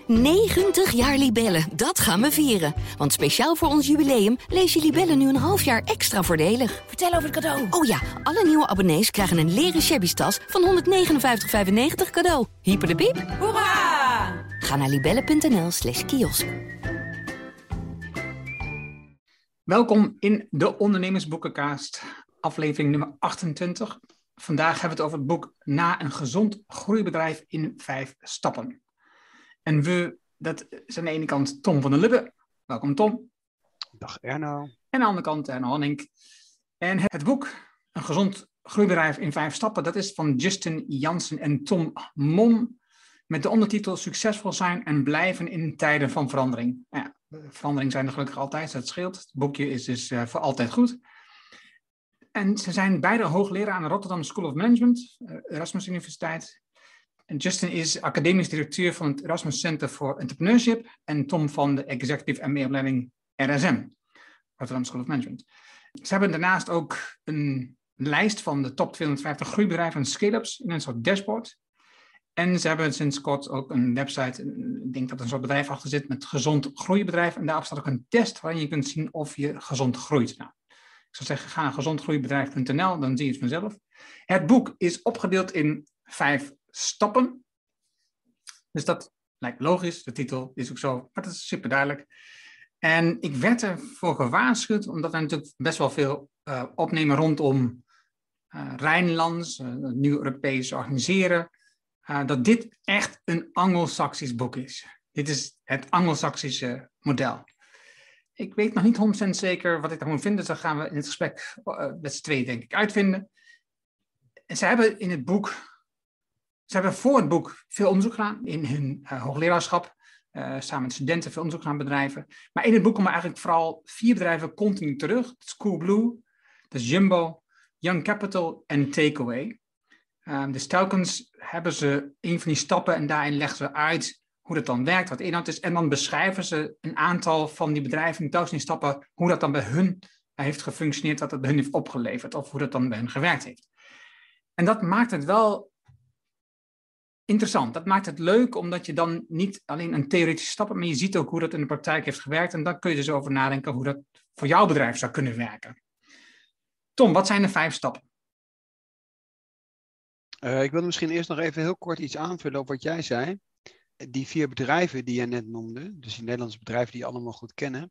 90 jaar Libellen, dat gaan we vieren. Want speciaal voor ons jubileum lees je Libellen nu een half jaar extra voordelig. Vertel over het cadeau. Oh ja, alle nieuwe abonnees krijgen een leren shabby tas van 159,95 cadeau. Hyper de piep. Hoera! Ga naar libellen.nl/kiosk. Welkom in de Ondernemersboekencast, aflevering nummer 28. Vandaag hebben we het over het boek Na een gezond groeibedrijf in 5 stappen. En dat is aan de ene kant Tom van der Lubbe. Welkom Tom. Dag Erno. En aan de andere kant Erno Hanning. En het boek Een gezond groeibedrijf in 5 stappen, dat is van Justin Jansen en Tom Mon. Met de ondertitel Succesvol zijn en blijven in tijden van verandering. Ja, verandering zijn er gelukkig altijd, dat scheelt. Het boekje is dus voor altijd goed. En ze zijn beide hoogleraar aan de Rotterdam School of Management, Erasmus Universiteit. En Justin is academisch directeur van het Erasmus Center for Entrepreneurship en Tom van de Executive MBA-opleiding RSM, Rotterdam School of Management. Ze hebben daarnaast ook een lijst van de top 250 groeibedrijven en scale-ups in een soort dashboard. En ze hebben sinds kort ook een website, ik denk dat er een soort bedrijf achter zit met gezond groeibedrijf. En daarop staat ook een test waarin je kunt zien of je gezond groeit. Nou, ik zou zeggen, ga naar gezondgroeibedrijf.nl, dan zie je het vanzelf. Het boek is opgedeeld in 5 stappen. Dus dat lijkt logisch, de titel is ook zo, maar dat is super duidelijk. En ik werd ervoor gewaarschuwd, omdat wij natuurlijk best wel veel opnemen rondom Rijnlands, nieuw Europees organiseren, dat dit echt een Anglo-Saxisch boek is. Dit is het Anglo-Saxische model. Ik weet nog niet 100% zeker wat ik daarvan vind, dus dat gaan we in het gesprek met z'n tweeën denk ik uitvinden. En ze hebben voor het boek veel onderzoek gedaan in hun hoogleraarschap, samen met studenten veel onderzoek gaan bedrijven. Maar in het boek komen eigenlijk vooral 4 bedrijven continu terug. Dat is Coolblue, dat is Jumbo, Young Capital en Takeaway. Dus telkens hebben ze een van die stappen en daarin leggen ze uit hoe dat dan werkt, wat de inhoud is. En dan beschrijven ze een aantal van die bedrijven in telkens die stappen, hoe dat dan bij hun heeft gefunctioneerd, wat het bij hun heeft opgeleverd of hoe dat dan bij hun gewerkt heeft. En dat maakt het wel interessant. Dat maakt het leuk, omdat je dan niet alleen een theoretische stap hebt, maar je ziet ook hoe dat in de praktijk heeft gewerkt. En dan kun je dus over nadenken hoe dat voor jouw bedrijf zou kunnen werken. Tom, wat zijn de 5 stappen? Ik wilde misschien eerst nog even heel kort iets aanvullen op wat jij zei. Die 4 bedrijven die je net noemde, dus die Nederlandse bedrijven die je allemaal goed kennen,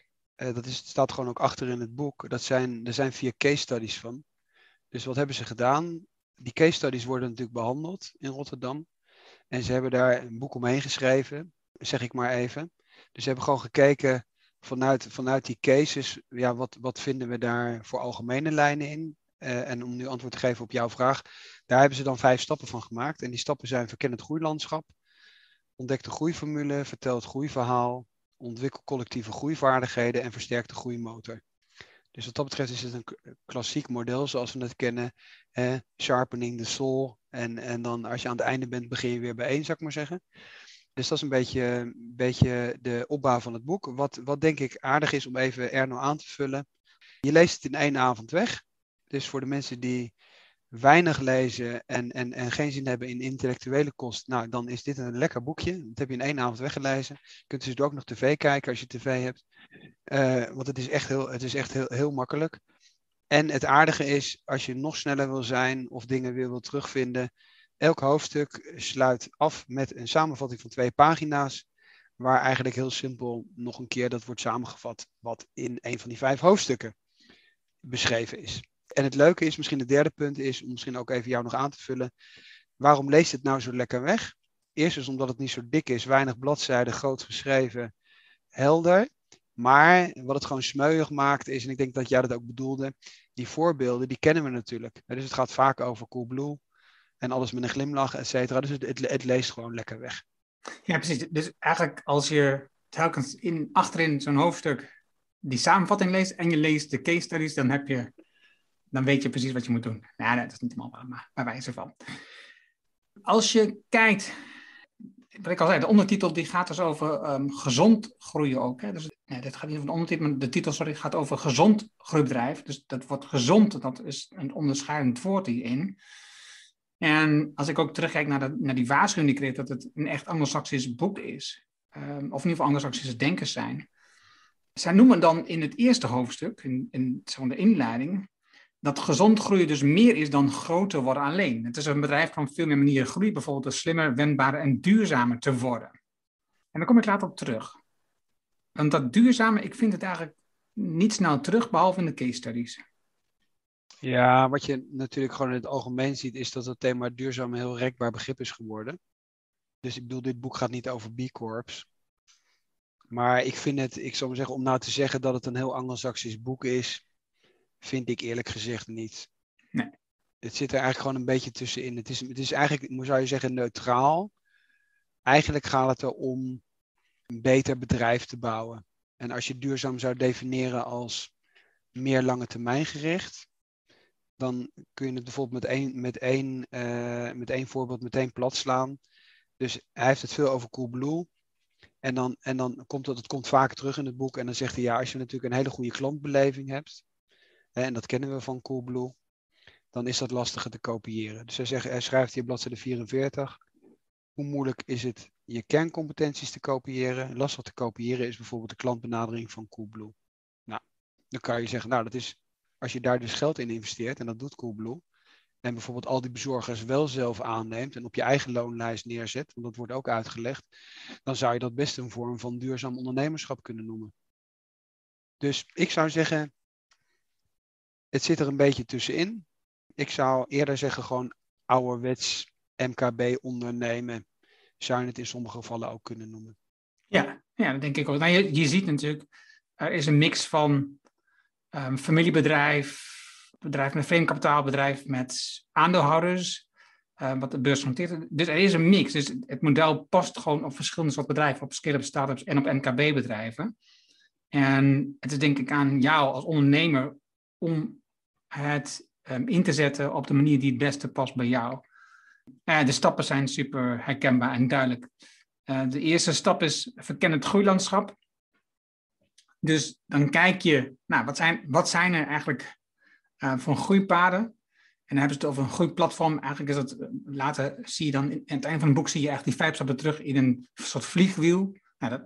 staat gewoon ook achter in het boek. Er zijn 4 case studies van. Dus wat hebben ze gedaan? Die case studies worden natuurlijk behandeld in Rotterdam. En ze hebben daar een boek omheen geschreven, zeg ik maar even. Dus ze hebben gewoon gekeken vanuit die cases, ja, wat vinden we daar voor algemene lijnen in? En om nu antwoord te geven op jouw vraag, daar hebben ze dan 5 stappen van gemaakt. En die stappen zijn: verken het groeilandschap, ontdek de groeiformule, vertel het groeiverhaal, ontwikkel collectieve groeivaardigheden en versterk de groeimotor. Dus wat dat betreft is het een klassiek model zoals we het kennen. Sharpening the saw. En dan als je aan het einde bent, begin je weer bij 1, zou ik maar zeggen. Dus dat is een beetje de opbouw van het boek. Wat denk ik aardig is om even Erno aan te vullen. Je leest het in 1 avond weg. Dus voor de mensen die weinig lezen en geen zin hebben in intellectuele kost, nou, dan is dit een lekker boekje. Dat heb je in 1 avond weggelezen. Je kunt dus ook nog tv kijken als je tv hebt. Want het is echt heel makkelijk. En het aardige is, als je nog sneller wil zijn of dingen weer wil terugvinden, elk hoofdstuk sluit af met een samenvatting van 2 pagina's, waar eigenlijk heel simpel nog een keer dat wordt samengevat wat in een van die 5 hoofdstukken beschreven is. En het leuke is, misschien het 3e punt is, om misschien ook even jou nog aan te vullen, waarom leest het nou zo lekker weg? Eerst is omdat het niet zo dik is, weinig bladzijden, groot geschreven, helder. Maar wat het gewoon smeuig maakt is, en ik denk dat jij dat ook bedoelde, die voorbeelden, die kennen we natuurlijk. Dus het gaat vaak over Coolblue en alles met een glimlach, et cetera. Dus het leest gewoon lekker weg. Ja, precies. Dus eigenlijk als je telkens achterin zo'n hoofdstuk die samenvatting leest en je leest de case studies, dan weet je precies wat je moet doen. Nou, dat is niet helemaal waar, maar bij wijze van. Als je kijkt, wat ik al zei, de ondertitel die gaat dus over gezond groeien ook. Hè? Dus dit gaat niet over de ondertitel, maar de titel gaat over gezond groeibedrijf. Dus dat wordt gezond, dat is een onderscheidend woord hierin. En als ik ook terugkijk naar die waarschuwing die ik kreeg, dat het een echt Anglo-Saxisch boek is, of in ieder geval Anglo-Saxische denkers zijn. Zij noemen dan in het eerste hoofdstuk, in de inleiding, dat gezond groeien dus meer is dan groter worden alleen. Het is een bedrijf van veel meer manieren groeien, bijvoorbeeld door slimmer, wendbaarder en duurzamer te worden. En daar kom ik later op terug. Want dat duurzame, ik vind het eigenlijk niet snel terug, behalve in de case studies. Ja, wat je natuurlijk gewoon in het algemeen ziet, is dat het thema duurzaam een heel rekbaar begrip is geworden. Dus ik bedoel, dit boek gaat niet over B Corps. Maar ik vind het, ik zou maar zeggen, om nou te zeggen dat het een heel Anglo-Saxisch boek is, vind ik eerlijk gezegd niet. Nee. Het zit er eigenlijk gewoon een beetje tussenin. Het is eigenlijk, zou je zeggen, neutraal. Eigenlijk gaat het erom een beter bedrijf te bouwen. En als je duurzaam zou definiëren als meer lange termijn gericht, dan kun je het bijvoorbeeld met één voorbeeld meteen plat slaan. Dus hij heeft het veel over Coolblue. En dan komt het komt vaak terug in het boek. En dan zegt hij, ja, als je natuurlijk een hele goede klantbeleving hebt, en dat kennen we van Coolblue, dan is dat lastiger te kopiëren. Dus hij schrijft hier op bladzijde 44. Hoe moeilijk is het je kerncompetenties te kopiëren? Lastig te kopiëren is bijvoorbeeld de klantbenadering van Coolblue. Nou, dan kan je zeggen, nou, dat is, als je daar dus geld in investeert, en dat doet Coolblue, en bijvoorbeeld al die bezorgers wel zelf aanneemt en op je eigen loonlijst neerzet, want dat wordt ook uitgelegd, dan zou je dat best een vorm van duurzaam ondernemerschap kunnen noemen. Dus ik zou zeggen, het zit er een beetje tussenin. Ik zou eerder zeggen gewoon ouderwets MKB ondernemen. Zou je het in sommige gevallen ook kunnen noemen. Ja, dat denk ik ook. Nou, je ziet natuurlijk, er is een mix van familiebedrijf, bedrijf met vreemd kapitaal, bedrijf met aandeelhouders, wat de beurs hanteert. Dus er is een mix. Dus het model past gewoon op verschillende soorten bedrijven, op scale-up startups en op MKB-bedrijven. En het is denk ik aan jou als ondernemer om het in te zetten op de manier die het beste past bij jou. De stappen zijn super herkenbaar en duidelijk. De eerste stap is verken het groeilandschap. Dus dan kijk je, nou, wat zijn er eigenlijk voor groeipaden? En dan hebben ze het over een groeiplatform. Eigenlijk is dat, later zie je dan, aan het eind van het boek zie je eigenlijk die 5 stappen terug in een soort vliegwiel. Nou,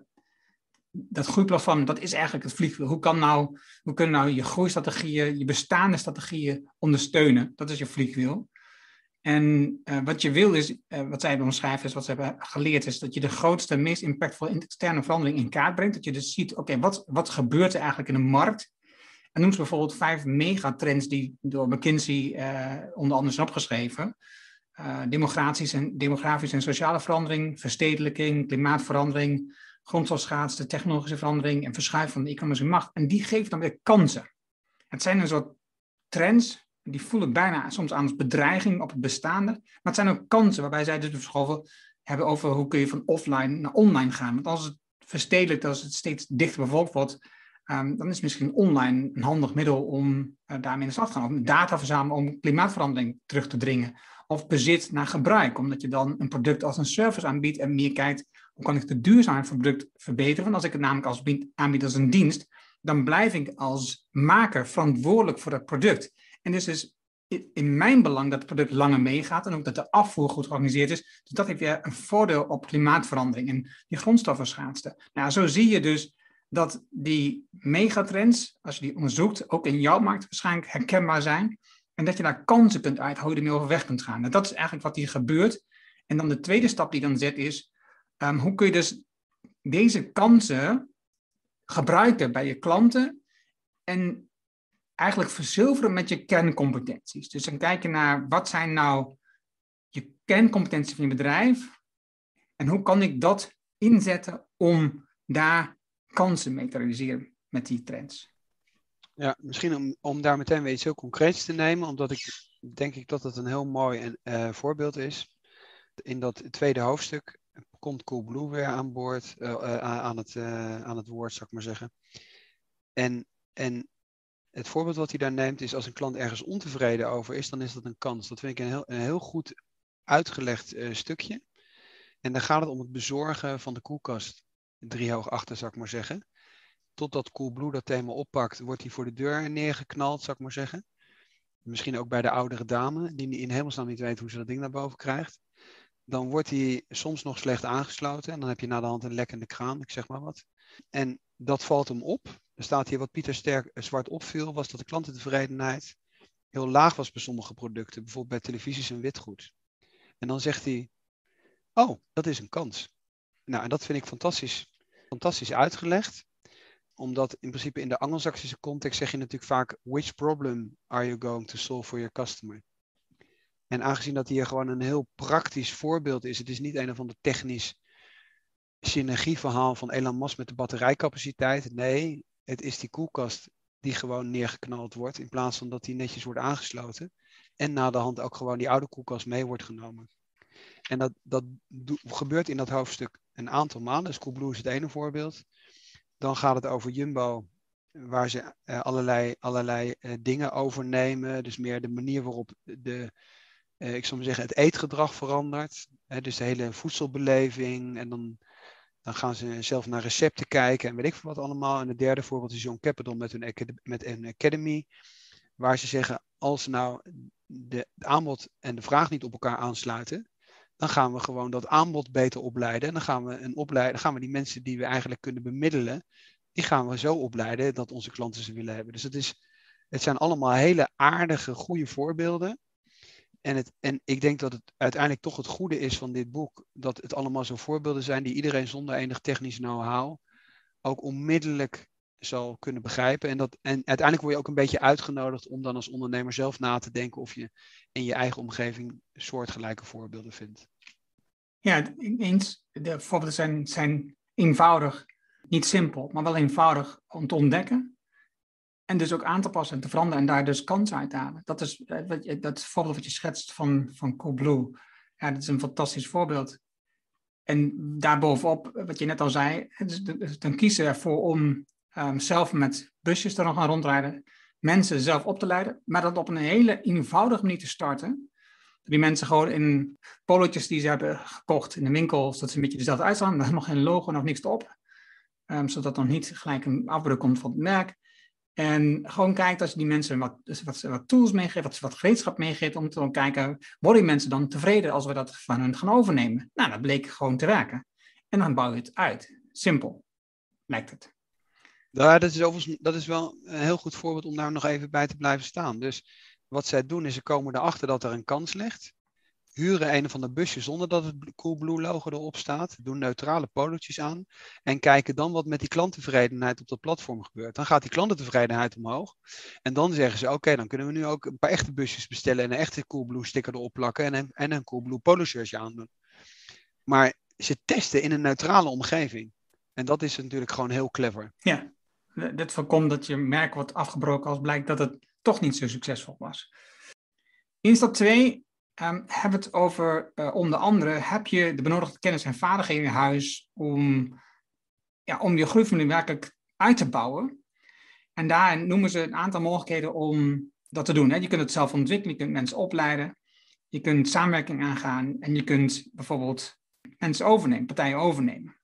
dat groeiplatform, dat is eigenlijk het vliegwiel. Hoe kunnen nou je groeistrategieën, je bestaande strategieën ondersteunen? Dat is je vliegwiel. En wat je wil is, wat zij omschrijven is, wat ze hebben geleerd, is dat je de grootste, meest impactvolle externe verandering in kaart brengt. Dat je dus ziet, oké, wat gebeurt er eigenlijk in de markt? En noemt ze bijvoorbeeld 5 megatrends die door McKinsey onder andere zijn opgeschreven. Demografische en sociale verandering, verstedelijking, klimaatverandering, grondstofschaarste, technologische verandering en verschuiving van de economische macht. En die geven dan weer kansen. Het zijn een soort trends. Die voelen bijna soms aan als bedreiging op het bestaande. Maar het zijn ook kansen waarbij zij dus verschoven hebben over hoe kun je van offline naar online gaan. Want als het verstedelijkt, als het steeds dichter bevolkt wordt, dan is misschien online een handig middel om daarmee in de slag te gaan. Of data verzamelen om klimaatverandering terug te dringen. Of bezit naar gebruik, omdat je dan een product als een service aanbiedt en meer kijkt, hoe kan ik de duurzaamheid van het product verbeteren? Want als ik het namelijk aanbied als een dienst, dan blijf ik als maker verantwoordelijk voor dat product. En dus is in mijn belang dat het product langer meegaat en ook dat de afvoer goed georganiseerd is. Dus dat heeft weer een voordeel op klimaatverandering en die grondstoffenschaarste. Nou, zo zie je dus dat die megatrends, als je die onderzoekt, ook in jouw markt waarschijnlijk herkenbaar zijn. En dat je daar kansen kunt uithalen, hoe je ermee overweg kunt gaan. En dat is eigenlijk wat hier gebeurt. En dan de tweede stap die dan zet is, hoe kun je dus deze kansen gebruiken bij je klanten en eigenlijk verzilveren met je kerncompetenties. Dus dan kijk je naar wat zijn nou je kerncompetenties van je bedrijf en hoe kan ik dat inzetten om daar kansen mee te realiseren met die trends. Ja, misschien om daar meteen weer iets heel concreets te nemen, omdat ik denk dat het een heel mooi voorbeeld is. In dat tweede hoofdstuk komt Coolblue weer aan boord, aan het woord, zou ik maar zeggen. En het voorbeeld wat hij daar neemt is, als een klant ergens ontevreden over is, dan is dat een kans. Dat vind ik een heel goed uitgelegd stukje. En dan gaat het om het bezorgen van de koelkast. 3 hoog achter, zou ik maar zeggen. Totdat Coolblue dat thema oppakt, wordt hij voor de deur neergeknald, zou ik maar zeggen. misschien ook bij de oudere dame, die in hemelsnaam niet weet hoe ze dat ding naar boven krijgt. Dan wordt die soms nog slecht aangesloten en dan heb je na de hand een lekkende kraan, ik zeg maar wat. En dat valt hem op. Er staat hier wat Pieter Zwart opviel, was dat de klantentevredenheid heel laag was bij sommige producten, bijvoorbeeld bij televisies en witgoed. En dan zegt hij, oh, dat is een kans. Nou, en dat vind ik fantastisch uitgelegd. Omdat in principe in de Anglo-Saxische context zeg je natuurlijk vaak, which problem are you going to solve for your customer? En aangezien dat hier gewoon een heel praktisch voorbeeld is, het is niet een of ander technisch synergieverhaal van Elon Musk met de batterijcapaciteit. Nee, het is die koelkast die gewoon neergeknald wordt in plaats van dat die netjes wordt aangesloten. En na de hand ook gewoon die oude koelkast mee wordt genomen. En dat gebeurt in dat hoofdstuk een aantal maanden. Dus Coolblue is het ene voorbeeld. Dan gaat het over Jumbo, waar ze allerlei dingen overnemen. Dus meer de manier waarop ik zou maar zeggen, het eetgedrag verandert. Dus de hele voedselbeleving. En dan gaan ze zelf naar recepten kijken en weet ik veel wat allemaal. En het derde voorbeeld is Young Capital met een academy. Waar ze zeggen, als nou het aanbod en de vraag niet op elkaar aansluiten, dan gaan we gewoon dat aanbod beter opleiden. En dan gaan we die mensen die we eigenlijk kunnen bemiddelen, die gaan we zo opleiden dat onze klanten ze willen hebben. Dus het zijn allemaal hele aardige, goede voorbeelden. En ik denk dat het uiteindelijk toch het goede is van dit boek, dat het allemaal zo voorbeelden zijn die iedereen zonder enig technisch know-how ook onmiddellijk zal kunnen begrijpen. En uiteindelijk word je ook een beetje uitgenodigd om dan als ondernemer zelf na te denken of je in je eigen omgeving soortgelijke voorbeelden vindt. Ja, eens. De voorbeelden zijn eenvoudig, niet simpel, maar wel eenvoudig om te ontdekken. En dus ook aan te passen en te veranderen en daar dus kansen uit te halen. Dat is dat voorbeeld wat je schetst van Coolblue. Ja, dat is een fantastisch voorbeeld. En daarbovenop, wat je net al zei, dan kiezen we ervoor om zelf met busjes er nog gaan rondrijden, mensen zelf op te leiden, maar dat op een hele eenvoudige manier te starten. Die mensen gewoon in polootjes die ze hebben gekocht in de winkel, zodat ze een beetje dezelfde uitstaan, maar nog geen logo, nog niks erop. Zodat er nog niet gelijk een afbreuk komt van het merk. En gewoon kijkt als je die mensen wat tools meegeeft, wat gereedschap meegeeft, om te dan kijken, worden die mensen dan tevreden als we dat van hen gaan overnemen? Nou, dat bleek gewoon te werken. En dan bouw je het uit. Simpel, lijkt het. Ja, dat is wel een heel goed voorbeeld om daar nog even bij te blijven staan. Dus wat zij doen is, ze komen erachter dat er een kans ligt. Huren een van de busjes zonder dat het Coolblue logo erop staat. Doen neutrale polootjes aan. En kijken dan wat met die klanttevredenheid op dat platform gebeurt. Dan gaat die klanttevredenheid omhoog. En dan zeggen ze, oké, dan kunnen we nu ook een paar echte busjes bestellen. En een echte Coolblue sticker erop plakken. En een Coolblue polo shirtje aandoen. Maar ze testen in een neutrale omgeving. En dat is natuurlijk gewoon heel clever. Ja, dit voorkomt dat je merk wordt afgebroken als blijkt dat het toch niet zo succesvol was. In stap 2... hebben we het over, onder andere, heb je de benodigde kennis en vaardigheden in huis om je groeifamilie werkelijk uit te bouwen. En daar noemen ze een aantal mogelijkheden om dat te doen. Hè. Je kunt het zelf ontwikkelen, je kunt mensen opleiden, je kunt samenwerking aangaan en je kunt bijvoorbeeld mensen overnemen, partijen overnemen.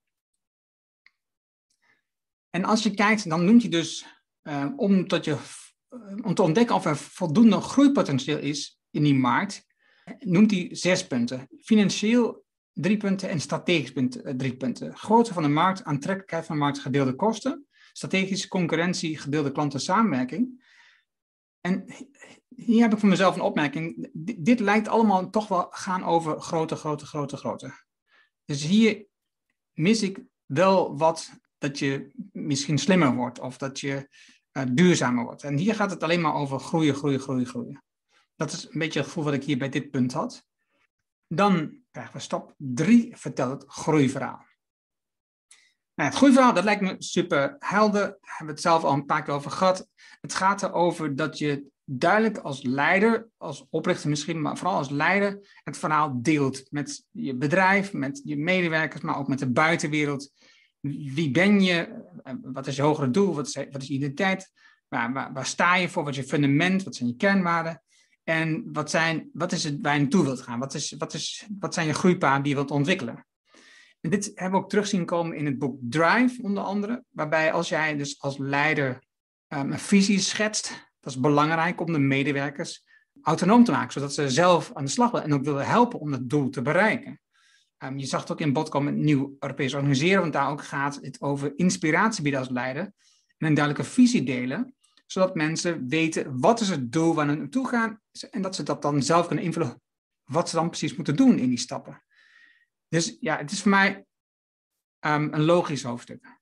En als je kijkt, dan noemt hij dus, om te ontdekken of er voldoende groeipotentieel is in die markt, noemt hij 6 punten. Financieel 3 punten en strategisch 3 punten. Grootte van de markt, aantrekkelijkheid van de markt, gedeelde kosten. Strategische concurrentie, gedeelde klanten, samenwerking. En hier heb ik voor mezelf een opmerking. Dit lijkt allemaal toch wel gaan over grote. Dus hier mis ik wel wat dat je misschien slimmer wordt of dat je duurzamer wordt. En hier gaat het alleen maar over groeien. Dat is een beetje het gevoel wat ik hier bij dit punt had. Dan krijgen we stap 3, vertel het groeiverhaal. Nou, het groeiverhaal, dat lijkt me super helder. Daar hebben we het zelf al een paar keer over gehad. Het gaat erover dat je duidelijk als leider, als oprichter misschien, maar vooral als leider, het verhaal deelt met je bedrijf, met je medewerkers, maar ook met de buitenwereld. Wie ben je? Wat is je hogere doel? Wat is je identiteit? Waar sta je voor? Wat is je fundament? Wat zijn je kernwaarden? En wat is het waar je naartoe wilt gaan? Wat zijn je groeipaden die je wilt ontwikkelen? En dit hebben we ook terug zien komen in het boek Drive, onder andere. Waarbij als jij dus als leider een visie schetst, dat is belangrijk om de medewerkers autonoom te maken, zodat ze zelf aan de slag willen en ook willen helpen om dat doel te bereiken. Je zag het ook in bod komen met nieuw Europees organiseren, want daar ook gaat het over inspiratie bieden als leider en een duidelijke visie delen, zodat mensen weten wat is het doel waar ze naartoe gaan en dat ze dat dan zelf kunnen invullen wat ze dan precies moeten doen in die stappen. Dus ja, het is voor mij een logisch hoofdstuk.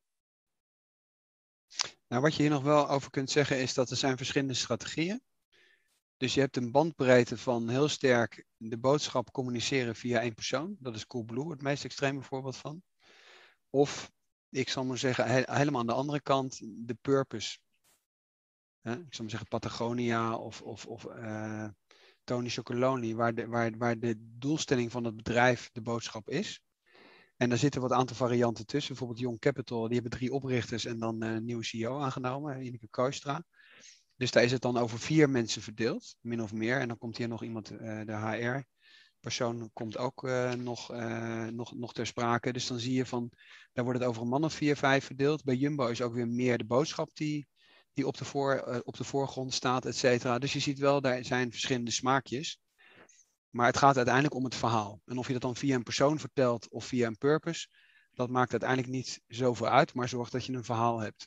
Nou, wat je hier nog wel over kunt zeggen is dat er zijn verschillende strategieën. Dus je hebt een bandbreedte van heel sterk de boodschap communiceren via één persoon. Dat is Coolblue, het meest extreme voorbeeld van. Of, ik zal maar zeggen, helemaal aan de andere kant, de purpose. Ik zal maar zeggen Patagonia of Tony Chocolonely, waar de doelstelling van het bedrijf de boodschap is. En daar zitten wat aantal varianten tussen. Bijvoorbeeld Young Capital, die hebben 3 oprichters en dan een nieuwe CEO aangenomen, Ineke Kooistra. Dus daar is het dan over 4 mensen verdeeld, min of meer. En dan komt hier nog iemand, de HR-persoon komt ook nog ter sprake. Dus dan zie je van, daar wordt het over een man of 4, 5 verdeeld. Bij Jumbo is ook weer meer de boodschap die op de voorgrond staat, et cetera. Dus je ziet wel, daar zijn verschillende smaakjes. Maar het gaat uiteindelijk om het verhaal. En of je dat dan via een persoon vertelt of via een purpose, dat maakt uiteindelijk niet zoveel uit, maar zorgt dat je een verhaal hebt.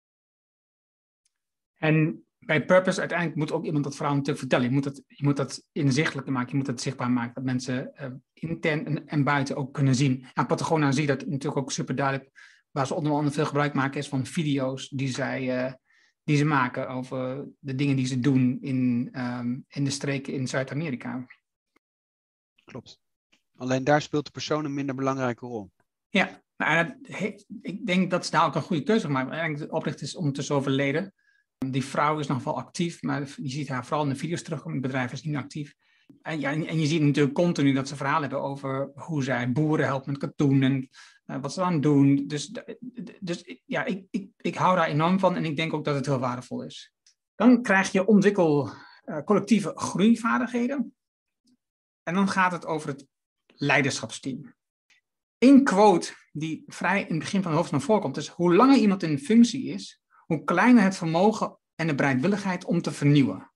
En bij purpose uiteindelijk moet ook iemand dat verhaal natuurlijk vertellen. Je moet dat inzichtelijk maken, je moet dat zichtbaar maken, dat mensen intern en buiten ook kunnen zien. Aan Patagonia zie je dat natuurlijk ook super duidelijk, waar ze onder andere veel gebruik maken is van video's die ze maken over de dingen die ze doen in de streken in Zuid-Amerika. Klopt. Alleen daar speelt de persoon een minder belangrijke rol. Ja, ik denk dat ze daar ook een goede keuze gemaakt hebben. De oprichter is ondertussen overleden. Die vrouw is nog wel actief, maar je ziet haar vooral in de video's terugkomen. Het bedrijf is niet meer actief. En je ziet natuurlijk continu dat ze verhalen hebben over hoe zij boeren helpen met katoen en wat ze dan doen. Dus ja, ik hou daar enorm van en ik denk ook dat het heel waardevol is. Dan krijg je ontwikkel collectieve groeivaardigheden. En dan gaat het over het leiderschapsteam. Eén quote die vrij in het begin van het hoofdstuk naar voren komt is: hoe langer iemand in functie is, hoe kleiner het vermogen en de bereidwilligheid om te vernieuwen.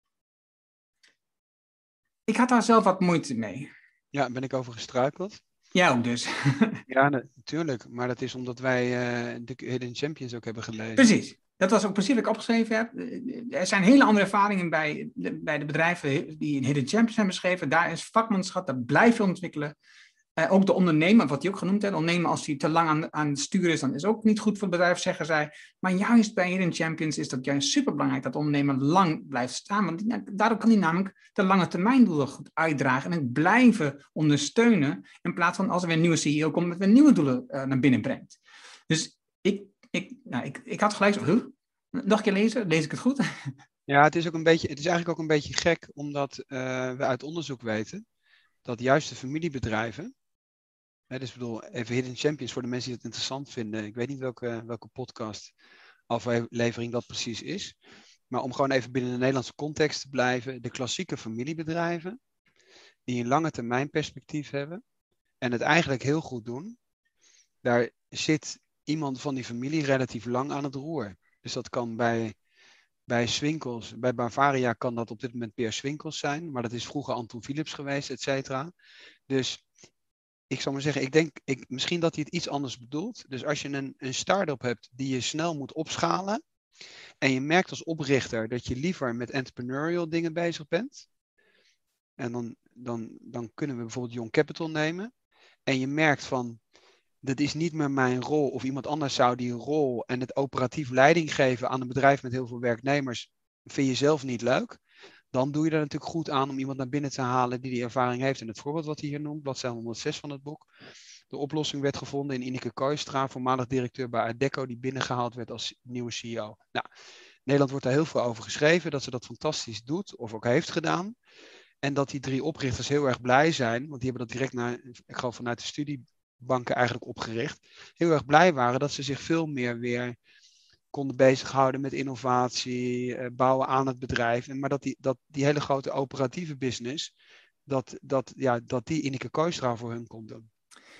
Ik had daar zelf wat moeite mee. Ja, ben ik over gestruikeld? Ja, ook dus. Ja, natuurlijk. Maar dat is omdat wij de Hidden Champions ook hebben gelezen. Precies. Dat was ook precies wat ik opgeschreven heb. Er zijn hele andere ervaringen bij de bedrijven die in Hidden Champions hebben beschreven. Daar is vakmanschap, dat blijf je ontwikkelen. Ook de ondernemer, wat hij ook genoemd heeft. Ondernemer, als hij te lang aan het sturen is, dan is ook niet goed voor het bedrijf, zeggen zij. Maar juist bij Hidden Champions is dat juist superbelangrijk dat de ondernemer lang blijft staan. Want daardoor kan hij namelijk de lange termijn doelen goed uitdragen en het blijven ondersteunen. In plaats van als er weer een nieuwe CEO komt met weer nieuwe doelen naar binnen brengt. Dus ik had gelijk zo, nog een keer lezen, lees ik het goed? Ja, het is eigenlijk ook een beetje gek, omdat we uit onderzoek weten dat juist de familiebedrijven, dus ik bedoel, even Hidden Champions voor de mensen die het interessant vinden. Ik weet niet welke podcast aflevering dat precies is. Maar om gewoon even binnen de Nederlandse context te blijven. De klassieke familiebedrijven, die een lange termijn perspectief hebben en het eigenlijk heel goed doen. Daar zit iemand van die familie relatief lang aan het roer. Dus dat kan bij Swinkels, bij Bavaria kan dat op dit moment Peer Swinkels zijn. Maar dat is vroeger Anton Philips geweest, et cetera. Dus ik zal maar zeggen, ik denk misschien dat hij het iets anders bedoelt. Dus als je een start-up hebt die je snel moet opschalen. En je merkt als oprichter dat je liever met entrepreneurial dingen bezig bent. En dan kunnen we bijvoorbeeld Young Capital nemen. En je merkt van, dat is niet meer mijn rol. Of iemand anders zou die rol en het operatief leiding geven aan een bedrijf met heel veel werknemers. Vind je zelf niet leuk. Dan doe je er natuurlijk goed aan om iemand naar binnen te halen die ervaring heeft. En het voorbeeld wat hij hier noemt, bladzijde 106 van het boek. De oplossing werd gevonden in Ineke Kooistra, voormalig directeur bij Adecco, die binnengehaald werd als nieuwe CEO. Nou, Nederland wordt daar heel veel over geschreven, dat ze dat fantastisch doet of ook heeft gedaan. En dat die 3 oprichters heel erg blij zijn, want die hebben dat direct ik geloof vanuit de studiebanken eigenlijk opgericht. Heel erg blij waren dat ze zich veel meer weer konden bezighouden met innovatie, bouwen aan het bedrijf. Maar dat die hele grote operatieve business, dat die Ineke Kooistra voor hun kon doen.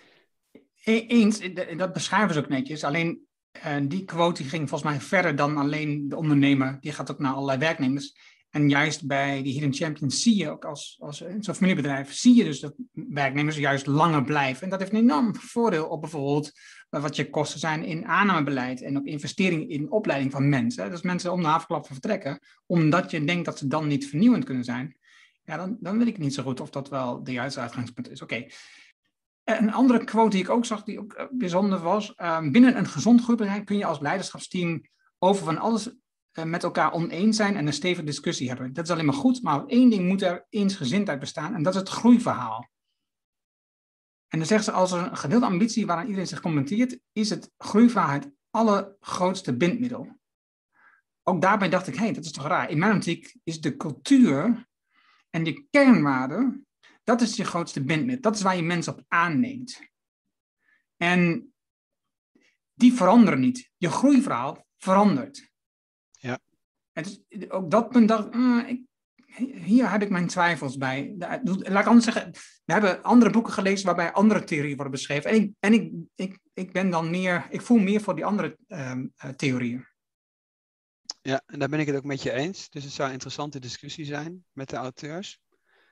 Eens, dat beschrijven ze ook netjes. Alleen die quote die ging volgens mij verder dan alleen de ondernemer. Die gaat ook naar allerlei werknemers. En juist bij die Hidden Champions zie je ook als zo'n familiebedrijf, zie je dus dat werknemers juist langer blijven. En dat heeft een enorm voordeel op bijvoorbeeld wat je kosten zijn in aannamebeleid en ook investering in opleiding van mensen. Dus mensen om de havenklap vertrekken, omdat je denkt dat ze dan niet vernieuwend kunnen zijn. Ja, dan weet ik niet zo goed of dat wel de juiste uitgangspunt is. Oké. Een andere quote die ik ook zag, die ook bijzonder was. Binnen een gezond groeibedrijf kun je als leiderschapsteam over van alles met elkaar oneens zijn en een stevige discussie hebben. Dat is alleen maar goed, maar één ding moet er eensgezindheid bestaan en dat is het groeiverhaal. En dan zeggen ze, als er een gedeelde ambitie waaraan iedereen zich commenteert, is het groeiverhaal het allergrootste bindmiddel. Ook daarbij dacht ik, dat is toch raar. In mijn optiek is de cultuur en die kernwaarden, dat is je grootste bindmiddel. Dat is waar je mensen op aanneemt. En die veranderen niet. Je groeiverhaal verandert. Ja. En dus ook dat punt dacht ik, hier heb ik mijn twijfels bij. Laat ik anders zeggen, we hebben andere boeken gelezen waarbij andere theorieën worden beschreven. Ik ben dan meer, ik voel meer voor die andere theorieën. Ja, en daar ben ik het ook met je eens. Dus het zou een interessante discussie zijn met de auteurs.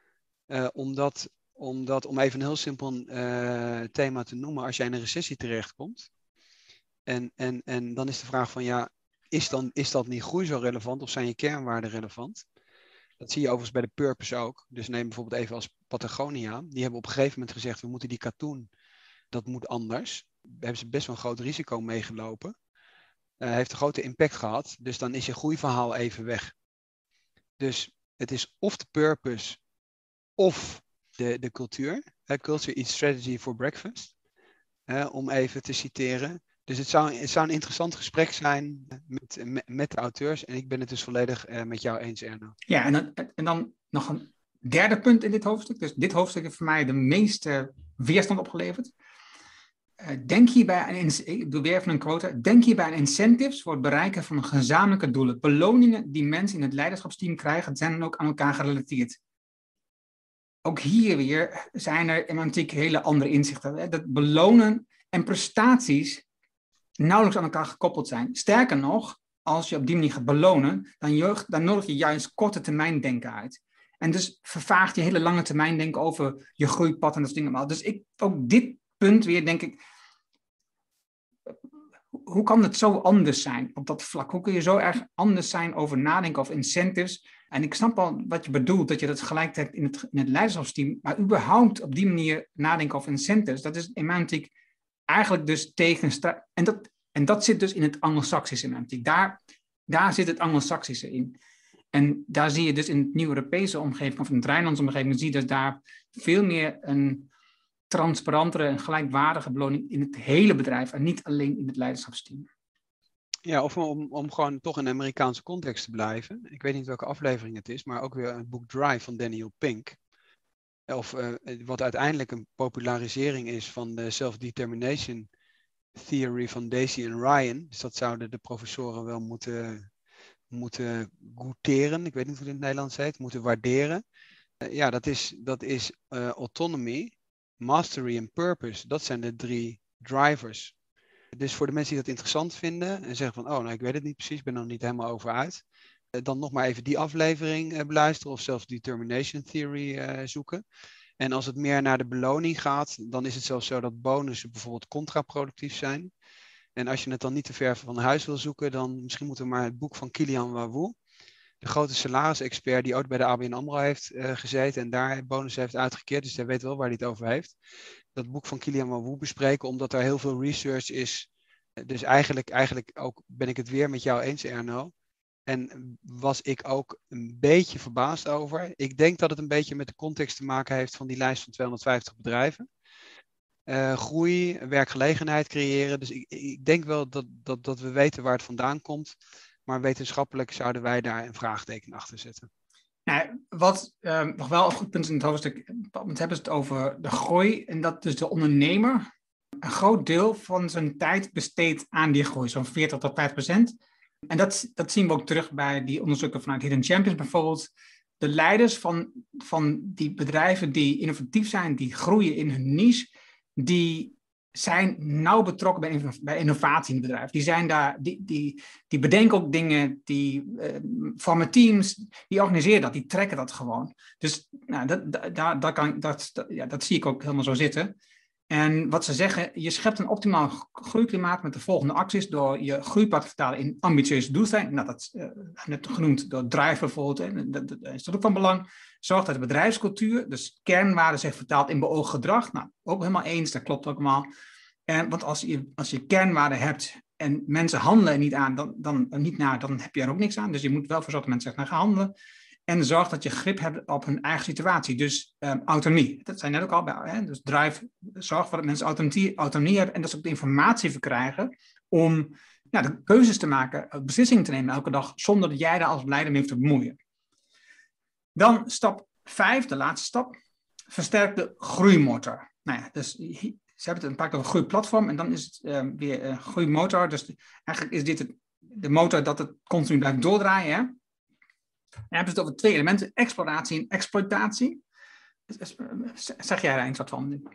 Om even een heel simpel thema te noemen, als jij in een recessie terechtkomt. En dan is de vraag van, is dat niet groei zo relevant of zijn je kernwaarden relevant? Dat zie je overigens bij de Purpose ook. Dus neem bijvoorbeeld even als Patagonia. Die hebben op een gegeven moment gezegd, we moeten die katoen, dat moet anders. Daar hebben ze best wel een groot risico meegelopen. Heeft een grote impact gehad. Dus dan is je groeiverhaal even weg. Dus het is of de purpose of de cultuur. Culture eats strategy for breakfast. Om even te citeren. Dus het zou een interessant gesprek zijn met de auteurs. En ik ben het dus volledig met jou eens, Erno. Ja, en dan nog een derde punt in dit hoofdstuk. Dus dit hoofdstuk heeft voor mij de meeste weerstand opgeleverd. Denk hierbij, ik doe weer even een quote. Denk hierbij aan incentives voor het bereiken van gezamenlijke doelen. Beloningen die mensen in het leiderschapsteam krijgen, zijn dan ook aan elkaar gerelateerd. Ook hier weer zijn er in mijn optiek hele andere inzichten. Dat belonen en prestaties nauwelijks aan elkaar gekoppeld zijn. Sterker nog, als je op die manier gaat belonen, dan nodig je juist korte termijn denken uit. En dus vervaagt je hele lange termijn denken over je groeipad en dat soort dingen. Dus ook dit punt weer denk ik, hoe kan het zo anders zijn op dat vlak? Hoe kun je zo erg anders zijn over nadenken over incentives? En ik snap al wat je bedoelt, dat je dat gelijk hebt in het leiderschapsteam, maar überhaupt op die manier nadenken over incentives, dat is in mijn optiek eigenlijk dus tegen. En dat zit dus in het Anglo-Saxische in mijn optiek. Daar zit het Anglo-Saxische in. En daar zie je dus in de nieuw-Europese omgeving, of in het Rijnlandse omgeving, zie je dus daar veel meer een transparantere en gelijkwaardige beloning in het hele bedrijf en niet alleen in het leiderschapsteam. Ja, of om gewoon toch in de Amerikaanse context te blijven. Ik weet niet welke aflevering het is, maar ook weer het boek Drive van Daniel Pink. Of wat uiteindelijk een popularisering is van de self-determination theory van Dacey en Ryan. Dus dat zouden de professoren wel moeten goûteren. Ik weet niet hoe het in het Nederlands heet. Moeten waarderen. Dat is autonomy, mastery en purpose. Dat zijn de 3 drivers. Dus voor de mensen die dat interessant vinden en zeggen van, ik weet het niet precies, ik ben er nog niet helemaal over uit. Dan nog maar even die aflevering beluisteren of self-determination theory zoeken. En als het meer naar de beloning gaat, dan is het zelfs zo dat bonussen bijvoorbeeld contraproductief zijn. En als je het dan niet te ver van huis wil zoeken, dan misschien moeten we maar het boek van Kilian Wawoe, de grote salarisexpert die ooit bij de ABN AMRO heeft gezeten en daar bonussen heeft uitgekeerd, dus hij weet wel waar hij het over heeft. Dat boek van Kilian Wawoe bespreken, omdat er heel veel research is. Dus eigenlijk ook ben ik het weer met jou eens, Erno. En was ik ook een beetje verbaasd over. Ik denk dat het een beetje met de context te maken heeft van die lijst van 250 bedrijven. Groei, werkgelegenheid creëren. Dus ik denk wel dat we weten waar het vandaan komt. Maar wetenschappelijk zouden wij daar een vraagteken achter zetten. Nou, wat nog wel een goed punt in het hoofdstuk, want hebben ze het over de groei en dat dus de ondernemer een groot deel van zijn tijd besteedt aan die groei, zo'n 40-50%. En dat zien we ook terug bij die onderzoeken vanuit Hidden Champions bijvoorbeeld. De leiders van die bedrijven die innovatief zijn, die groeien in hun niche, die zijn nauw betrokken bij innovatie in het bedrijf. Die zijn daar, die bedenken ook dingen, die vormen teams, die organiseren dat, die trekken dat gewoon. Dus dat zie ik ook helemaal zo zitten. En wat ze zeggen, je schept een optimaal groeiklimaat met de volgende acties door je groeipad te vertalen in ambitieuze doelstellingen. Nou, dat is net genoemd door Drive bijvoorbeeld. Hè. Dat is dat ook van belang. Zorg dat de bedrijfscultuur, dus kernwaarden, zich vertaalt in beoogd gedrag. Nou, ook helemaal eens, dat klopt ook allemaal. Want als je kernwaarden hebt en mensen handelen er niet aan, dan heb je er ook niks aan. Dus je moet wel voor zorgen dat mensen gaan handelen. En zorg dat je grip hebt op hun eigen situatie. Dus autonomie. Dat zijn net ook al bij. Hè? Dus drive, zorg ervoor dat mensen autonomie hebben. En dat ze ook de informatie verkrijgen om de keuzes te maken, beslissingen te nemen elke dag, zonder dat jij daar als leider mee hoeft te bemoeien. Dan stap 5, de laatste stap. Versterk de groeimotor. Nou ja, dus ze hebben het een paar over groeiplatform. En dan is het weer een groeimotor. Dus eigenlijk is dit de motor dat het continu blijft doordraaien. Hè? Dan hebben ze het over 2 elementen, exploratie en exploitatie. Zeg jij daar eens wat van?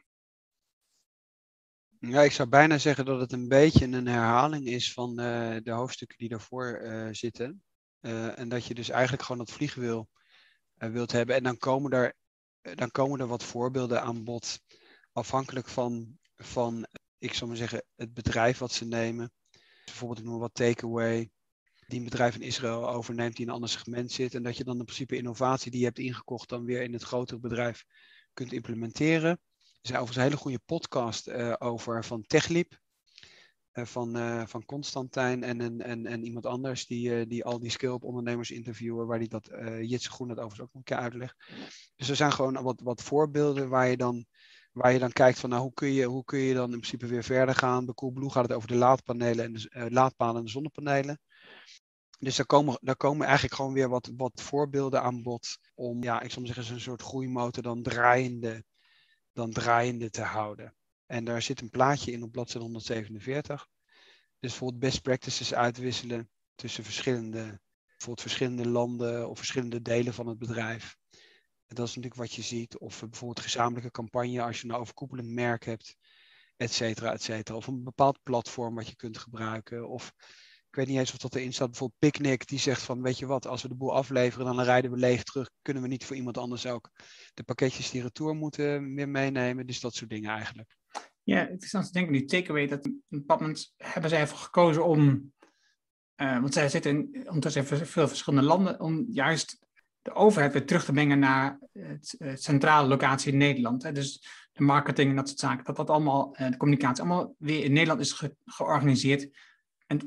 Ja, ik zou bijna zeggen dat het een beetje een herhaling is van de hoofdstukken die daarvoor zitten. En dat je dus eigenlijk gewoon dat vliegwiel wilt hebben. En dan komen er wat voorbeelden aan bod. Afhankelijk van ik zou maar zeggen, het bedrijf wat ze nemen. Bijvoorbeeld, ik noem wat Takeaway. Die een bedrijf in Israël overneemt die in een ander segment zit. En dat je dan in principe innovatie die je hebt ingekocht dan weer in het grotere bedrijf kunt implementeren. Er is overigens een hele goede podcast over van TechLeap. Van Constantijn en iemand anders die al die skill-up ondernemers interviewen. Waar die dat Jitse Groen dat overigens ook nog een keer uitlegt. Dus er zijn gewoon wat voorbeelden waar je dan kijkt van hoe kun je dan in principe weer verder gaan. Bij Coolblue gaat het over de laadpanelen en de laadpalen en de zonnepanelen. Dus daar komen eigenlijk gewoon weer wat voorbeelden aan bod om, ik zal maar zeggen, een soort groeimotor dan draaiende te houden. En daar zit een plaatje in op bladzijde 147. Dus bijvoorbeeld best practices uitwisselen tussen verschillende landen of verschillende delen van het bedrijf. En dat is natuurlijk wat je ziet. Of bijvoorbeeld gezamenlijke campagne als je een overkoepelend merk hebt, et cetera, et cetera. Of een bepaald platform wat je kunt gebruiken. Of ik weet niet eens of dat erin staat. Bijvoorbeeld Picnic die zegt van, weet je wat, als we de boel afleveren, dan rijden we leeg terug. Kunnen we niet voor iemand anders ook de pakketjes die retour moeten weer meenemen. Dus dat soort dingen eigenlijk. Ja, het is aan te denken nu Takeaway, dat op een bepaald moment hebben zij ervoor gekozen om, want zij zitten ondertussen in veel verschillende landen, om juist de overheid weer terug te brengen naar het centrale locatie in Nederland. Hè. Dus de marketing en dat soort zaken, dat allemaal, de communicatie allemaal weer in Nederland is georganiseerd. En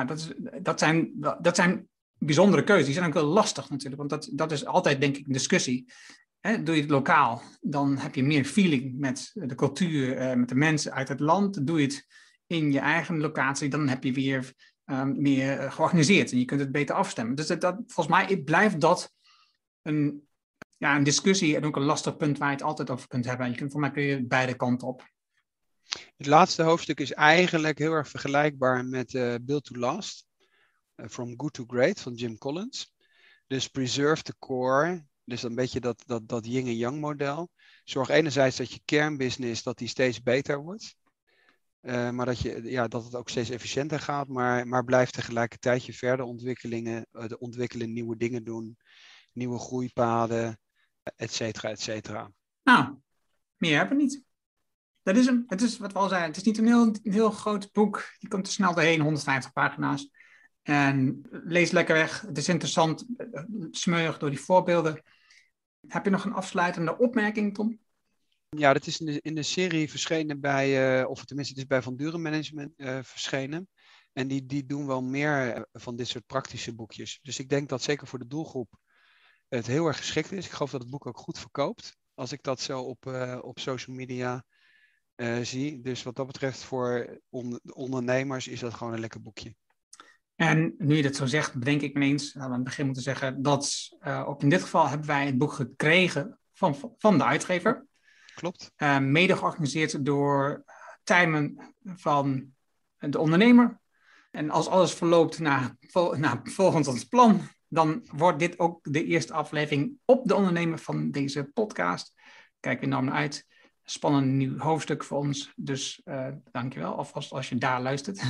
dat zijn bijzondere keuzes. Die zijn ook wel lastig natuurlijk, want dat is altijd denk ik een discussie. Doe je het lokaal, dan heb je meer feeling met de cultuur, met de mensen uit het land. Doe je het in je eigen locatie, dan heb je weer meer georganiseerd. En je kunt het beter afstemmen. Dus volgens mij blijft dat een discussie en ook een lastig punt waar je het altijd over kunt hebben. Volgens mij kun je beide kanten op. Het laatste hoofdstuk is eigenlijk heel erg vergelijkbaar met Build to Last. From Good to Great van Jim Collins. Dus preserve the core. Dus een beetje dat yin en yang model. Zorg enerzijds dat je kernbusiness dat die steeds beter wordt. Maar dat het ook steeds efficiënter gaat. Maar blijf tegelijkertijd je verder ontwikkelen, nieuwe dingen doen. Nieuwe groeipaden, et cetera, et cetera. Nou, meer hebben we niet. Dat is hem. Het is wat we al zeiden. Het is niet een heel groot boek. Je komt er snel doorheen, 150 pagina's. En lees lekker weg. Het is interessant. Smeuig door die voorbeelden. Heb je nog een afsluitende opmerking, Tom? Ja, dat is in de serie verschenen bij, of tenminste het is bij Van Duren Management verschenen. En die doen wel meer van dit soort praktische boekjes. Dus ik denk dat zeker voor de doelgroep het heel erg geschikt is. Ik geloof dat het boek ook goed verkoopt. Als ik dat zo op social media zie. Dus wat dat betreft voor ondernemers is dat gewoon een lekker boekje. En nu je dat zo zegt, bedenk ik me eens, aan het begin moeten zeggen, dat ook in dit geval hebben wij het boek gekregen van de uitgever. Klopt. Mede georganiseerd door Tijmen van de ondernemer. En als alles verloopt volgens ons plan, dan wordt dit ook de eerste aflevering op de ondernemer van deze podcast. Kijk enorm naar uit. spannend nieuw hoofdstuk voor ons. Dus dankjewel, alvast als je daar luistert.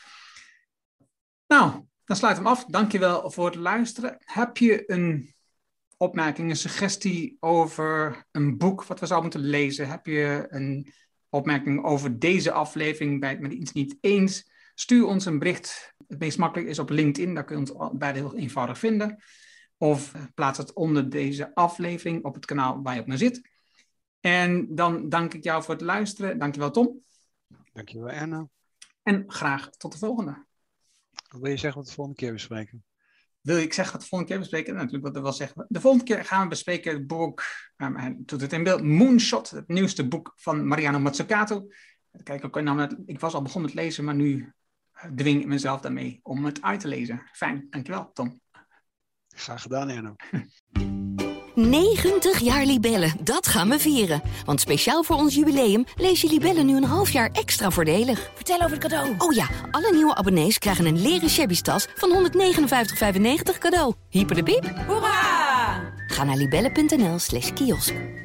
Nou, dan sluit hem af. Dankjewel voor het luisteren. Heb je een opmerking, een suggestie over een boek wat we zouden moeten lezen? Heb je een opmerking over deze aflevering? Ben je het met iets niet eens? Stuur ons een bericht. Het meest makkelijk is op LinkedIn. Daar kun je ons beide heel eenvoudig vinden. Of plaats het onder deze aflevering op het kanaal waar je op naar zit. En dan dank ik jou voor het luisteren. Dankjewel, Tom. Dankjewel, Erno. En graag tot de volgende. Wat wil je zeggen wat we de volgende keer bespreken? Wil ik zeggen wat de volgende keer bespreken? Nou, natuurlijk wat ik wel zeggen. De volgende keer gaan we bespreken het boek, hij doet het in beeld, Moonshot, het nieuwste boek van Mariano Mazzucato. Kijk, ik was al begonnen met lezen, maar nu dwing ik mezelf daarmee om het uit te lezen. Fijn, dankjewel, Tom. Graag gedaan, Erno. 90 jaar Libellen, dat gaan we vieren. Want speciaal voor ons jubileum lees je Libellen nu een half jaar extra voordelig. Vertel over het cadeau. Oh ja, alle nieuwe abonnees krijgen een leren shabby tas van €159,95 cadeau. Hyper de piep. Hoera! Ga naar libellen.nl/kiosk.